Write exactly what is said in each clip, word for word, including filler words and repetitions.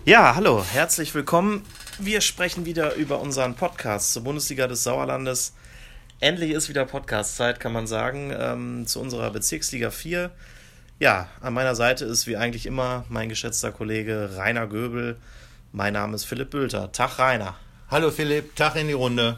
Ja, hallo, herzlich willkommen. Wir sprechen wieder über unseren Podcast zur Bundesliga des Sauerlandes. Endlich ist wieder Podcast-Zeit, kann man sagen, ähm, zu unserer Bezirksliga vier. Ja, an meiner Seite ist wie eigentlich immer mein geschätzter Kollege Rainer Göbel. Mein Name ist Philipp Bülter. Tag, Rainer. Hallo Philipp, Tag in die Runde.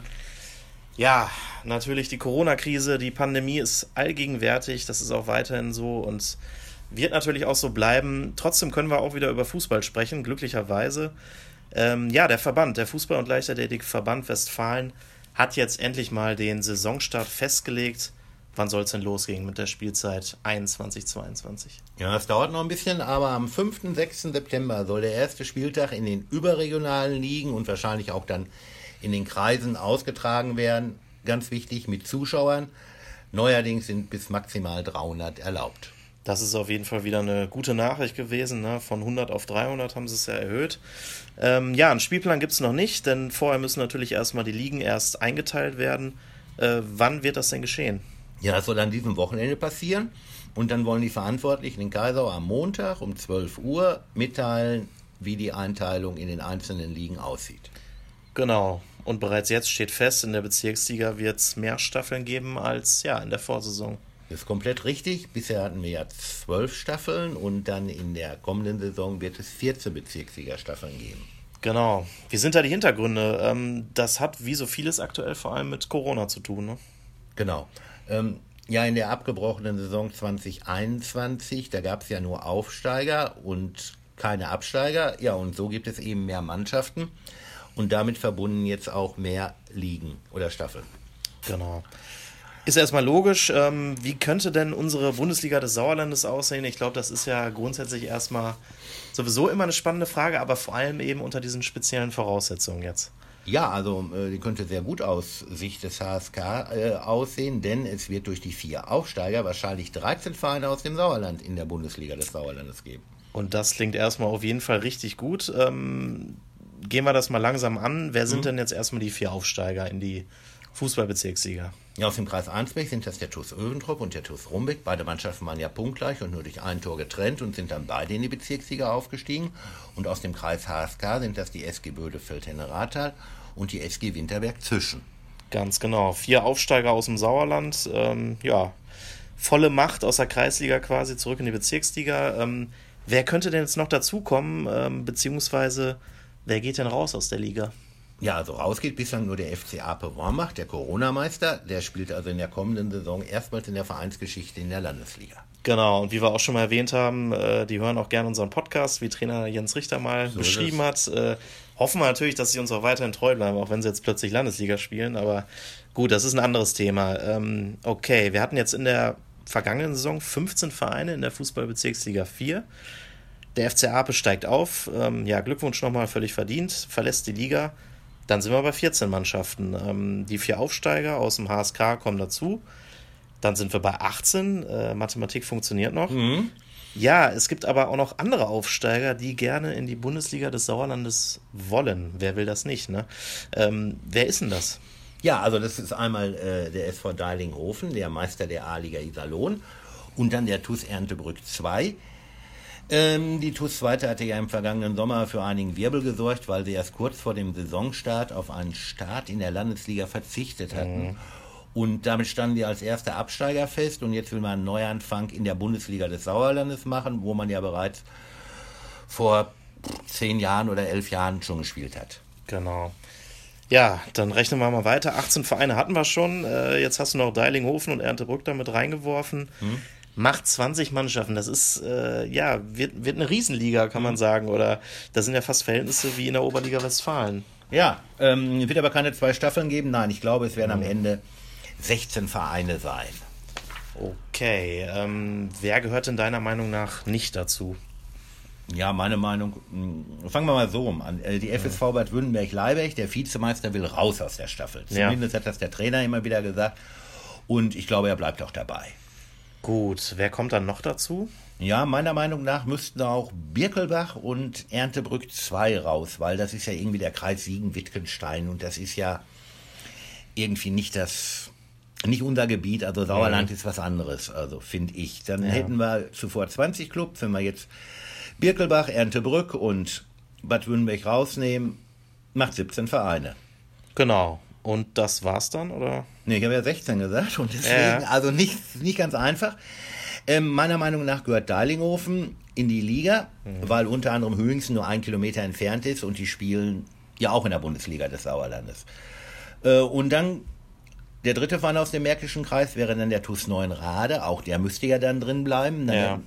Ja, natürlich die Corona-Krise, die Pandemie ist allgegenwärtig, das ist auch weiterhin so und wird natürlich auch so bleiben. Trotzdem können wir auch wieder über Fußball sprechen, glücklicherweise. Ähm, ja, der Verband, der Fußball- und Leichtathletik-Verband Westfalen hat jetzt endlich mal den Saisonstart festgelegt. Wann soll es denn losgehen mit der Spielzeit einundzwanzig zweiundzwanzig? Ja, es dauert noch ein bisschen, aber am fünften und sechsten September soll der erste Spieltag in den überregionalen Ligen und wahrscheinlich auch dann in den Kreisen ausgetragen werden. Ganz wichtig, mit Zuschauern. Neuerdings sind bis maximal dreihundert erlaubt. Das ist auf jeden Fall wieder eine gute Nachricht gewesen. Ne? Von hundert auf dreihundert haben sie es ja erhöht. Ähm, ja, einen Spielplan gibt es noch nicht, denn vorher müssen natürlich erstmal die Ligen erst eingeteilt werden. Äh, wann wird das denn geschehen? Ja, das soll an diesem Wochenende passieren. Und dann wollen die Verantwortlichen in Kaisau am Montag um zwölf Uhr mitteilen, wie die Einteilung in den einzelnen Ligen aussieht. Genau. Und bereits jetzt steht fest, in der Bezirksliga wird es mehr Staffeln geben als ja in der Vorsaison. Das ist komplett richtig. Bisher hatten wir ja zwölf Staffeln und dann in der kommenden Saison wird es vierzehn Bezirksliga-Staffeln geben. Genau. Wie sind da die Hintergründe? Ähm, das hat wie so vieles aktuell vor allem mit Corona zu tun, ne? Genau. Ähm, ja, in der abgebrochenen Saison zwanzig einundzwanzig, da gab es ja nur Aufsteiger und keine Absteiger. Ja, und so gibt es eben mehr Mannschaften und damit verbunden jetzt auch mehr Ligen oder Staffeln. Genau. Ist erstmal logisch. Ähm, wie könnte denn unsere Bundesliga des Sauerlandes aussehen? Ich glaube, das ist ja grundsätzlich erstmal sowieso immer eine spannende Frage, aber vor allem eben unter diesen speziellen Voraussetzungen jetzt. Ja, also äh, die könnte sehr gut aus Sicht des H S K äh, aussehen, denn es wird durch die vier Aufsteiger wahrscheinlich dreizehn Vereine aus dem Sauerland in der Bundesliga des Sauerlandes geben. Und das klingt erstmal auf jeden Fall richtig gut. Ähm, gehen wir das mal langsam an. Wer sind mhm. denn jetzt erstmal die vier Aufsteiger in die Fußballbezirksliga? Ja, aus dem Kreis Arnsberg sind das der T U S Öventrop und der T U S Rumbeck. Beide Mannschaften waren ja punktgleich und nur durch ein Tor getrennt und sind dann beide in die Bezirksliga aufgestiegen. Und aus dem Kreis H S K sind das die S G Bödefeld-Henne-Rathal und die S G Winterberg-Züschen. Ganz genau. Vier Aufsteiger aus dem Sauerland. Ähm, ja, volle Macht aus der Kreisliga quasi zurück in die Bezirksliga. Ähm, wer könnte denn jetzt noch dazukommen, ähm, beziehungsweise wer geht denn raus aus der Liga? Ja, also raus geht bislang nur der F C Ape Wormbach, der Corona-Meister. Der spielt also in der kommenden Saison erstmals in der Vereinsgeschichte in der Landesliga. Genau, und wie wir auch schon mal erwähnt haben, äh, die hören auch gerne unseren Podcast, wie Trainer Jens Richter mal so beschrieben hat. Äh, hoffen wir natürlich, dass sie uns auch weiterhin treu bleiben, auch wenn sie jetzt plötzlich Landesliga spielen. Aber gut, das ist ein anderes Thema. Ähm, okay, wir hatten jetzt in der vergangenen Saison fünfzehn Vereine in der Fußballbezirksliga vier. Der F C Ape steigt auf. Ähm, ja, Glückwunsch nochmal, völlig verdient. Verlässt die Liga. Dann sind wir bei vierzehn Mannschaften. Ähm, die vier Aufsteiger aus dem H S K kommen dazu. Dann sind wir bei achtzehn. Äh, Mathematik funktioniert noch. Mhm. Ja, es gibt aber auch noch andere Aufsteiger, die gerne in die Bundesliga des Sauerlandes wollen. Wer will das nicht, ne? Ähm, wer ist denn das? Ja, also das ist einmal äh, der S V Deilinghofen, der Meister der A-Liga Iserlohn. Und dann der T U S Erntebrück zwei. Ähm, die T U S Zweite hatte ja im vergangenen Sommer für einigen Wirbel gesorgt, weil sie erst kurz vor dem Saisonstart auf einen Start in der Landesliga verzichtet hatten. Mhm. Und damit standen die als erster Absteiger fest und jetzt will man einen Neuanfang in der Bundesliga des Sauerlandes machen, wo man ja bereits vor zehn Jahren oder elf Jahren schon gespielt hat. Genau. Ja, dann rechnen wir mal weiter. achtzehn Vereine hatten wir schon. Äh, jetzt hast du noch Deilinghofen und Erntebrück damit reingeworfen. Hm. Macht zwanzig Mannschaften. Das ist, äh, ja, wird, wird eine Riesenliga, kann man sagen. Oder das sind ja fast Verhältnisse wie in der Oberliga Westfalen. Ja, ähm, wird aber keine zwei Staffeln geben. Nein, ich glaube, es werden hm. am Ende sechzehn Vereine sein. Okay, ähm, wer gehört denn deiner Meinung nach nicht dazu? Ja, meine Meinung, fangen wir mal so rum an. Die F S V Bad Württemberg-Leiberg, der Vizemeister, will raus aus der Staffel. Zumindest ja. hat das der Trainer immer wieder gesagt. Und ich glaube, er bleibt auch dabei. Gut, wer kommt dann noch dazu? Ja, meiner Meinung nach müssten auch Birkelbach und Erntebrück zwei raus, weil das ist ja irgendwie der Kreis Siegen-Wittgenstein und das ist ja irgendwie nicht das, nicht unser Gebiet, also Sauerland mhm. ist was anderes, also finde ich. Dann ja. hätten wir zuvor zwanzig Clubs, wenn wir jetzt Birkelbach, Erntebrück und Bad Wünnberg rausnehmen, macht siebzehn Vereine. Genau. Und das war's dann, oder? Nee, ich habe ja sechzehn gesagt und deswegen, ja. also nicht, nicht ganz einfach. Ähm, meiner Meinung nach gehört Deilinghofen in die Liga, mhm. weil unter anderem Hüingsen nur ein Kilometer entfernt ist und die spielen ja auch in der Bundesliga des Sauerlandes. Äh, und dann der dritte Verein aus dem Märkischen Kreis wäre dann der T U S Neuenrade, auch der müsste ja dann drin bleiben. Dann ja.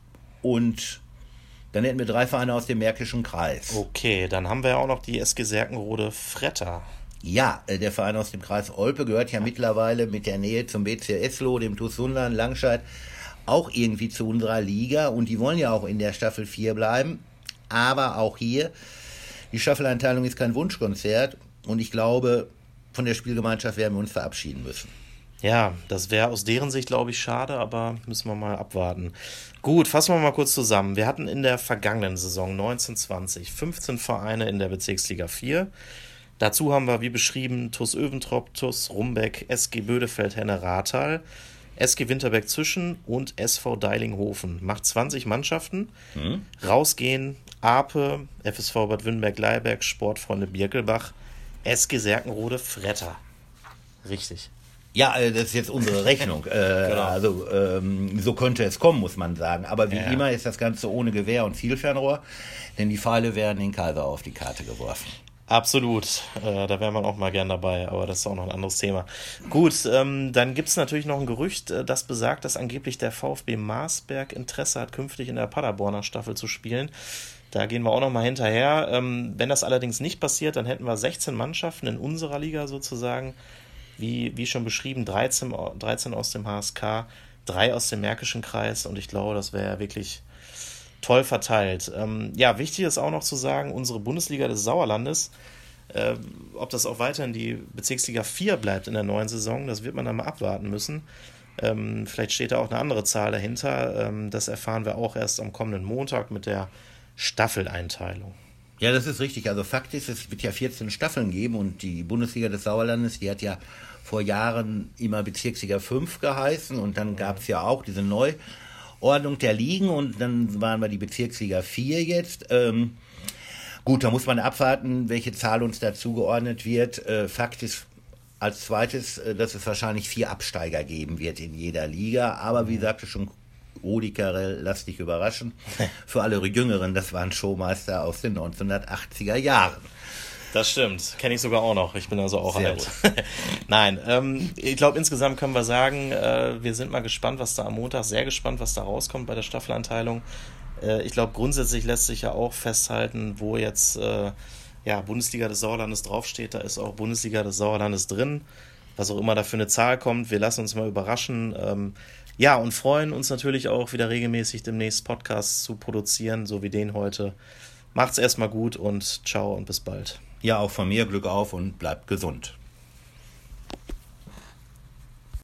Und dann hätten wir drei Vereine aus dem Märkischen Kreis. Okay, dann haben wir ja auch noch die S G Serkenrode Fretter. Ja, der Verein aus dem Kreis Olpe gehört ja mittlerweile mit der Nähe zum B C Esloh, dem T U S Sundern, Langscheid, auch irgendwie zu unserer Liga. Und die wollen ja auch in der Staffel vier bleiben. Aber auch hier, die Staffeleinteilung ist kein Wunschkonzert. Und ich glaube, von der Spielgemeinschaft werden wir uns verabschieden müssen. Ja, das wäre aus deren Sicht, glaube ich, schade, aber müssen wir mal abwarten. Gut, fassen wir mal kurz zusammen. Wir hatten in der vergangenen Saison neunzehn zwanzig fünfzehn Vereine in der Bezirksliga vier. Dazu haben wir, wie beschrieben, T U S Öventrop, T U S Rumbeck, S G Bödefeld-Henne-Rathal, S G Winterberg-Züschen und S V Deilinghofen. Macht zwanzig Mannschaften. Mhm. Rausgehen Ape, F S V Bad Wünnberg-Leiberg, Sportfreunde Birkelbach, S G Serkenrode Fretter. Richtig. Ja, das ist jetzt unsere Rechnung. äh, genau. Also ähm, so könnte es kommen, muss man sagen. Aber wie ja. immer ist das Ganze ohne Gewehr und Zielfernrohr, denn die Pfeile werden in Kaiser auf die Karte geworfen. Absolut, äh, da wäre man auch mal gern dabei, aber das ist auch noch ein anderes Thema. Gut, ähm, dann gibt es natürlich noch ein Gerücht, äh, das besagt, dass angeblich der VfB Marsberg Interesse hat, künftig in der Paderborner Staffel zu spielen. Da gehen wir auch noch mal hinterher. Ähm, wenn das allerdings nicht passiert, dann hätten wir sechzehn Mannschaften in unserer Liga sozusagen, wie, wie schon beschrieben, dreizehn, dreizehn aus dem H S K, drei aus dem Märkischen Kreis und ich glaube, das wäre ja wirklich toll verteilt. Ähm, ja, wichtig ist auch noch zu sagen, unsere Bundesliga des Sauerlandes, äh, ob das auch weiterhin die Bezirksliga vier bleibt in der neuen Saison, das wird man dann mal abwarten müssen. Ähm, vielleicht steht da auch eine andere Zahl dahinter. Ähm, das erfahren wir auch erst am kommenden Montag mit der Staffeleinteilung. Ja, das ist richtig. Also Fakt ist, es wird ja vierzehn Staffeln geben und die Bundesliga des Sauerlandes, die hat ja vor Jahren immer Bezirksliga fünf geheißen und dann gab es ja auch diese Neu- Ordnung der Ligen und dann waren wir die Bezirksliga vier jetzt. Ähm, gut, da muss man abwarten, welche Zahl uns da zugeordnet wird. Äh, Fakt ist als zweites, äh, dass es wahrscheinlich vier Absteiger geben wird in jeder Liga. Aber wie sagte schon Rudi Carrell, lass dich überraschen. Für alle Jüngeren, das waren Showmeister aus den neunzehnhundertachtziger Jahren. Das stimmt, kenne ich sogar auch noch. Ich bin also auch Sehr alt. Nein, ähm, ich glaube, insgesamt können wir sagen, äh, wir sind mal gespannt, was da am Montag, sehr gespannt, was da rauskommt bei der Staffeleinteilung. Äh, ich glaube, grundsätzlich lässt sich ja auch festhalten, wo jetzt äh, ja, Bundesliga des Sauerlandes draufsteht, da ist auch Bundesliga des Sauerlandes drin. Was auch immer da für eine Zahl kommt, wir lassen uns mal überraschen. Ähm, ja, und freuen uns natürlich auch wieder regelmäßig demnächst Podcasts zu produzieren, so wie den heute. Macht's erstmal gut und ciao und bis bald. Ja, auch von mir Glück auf und bleibt gesund.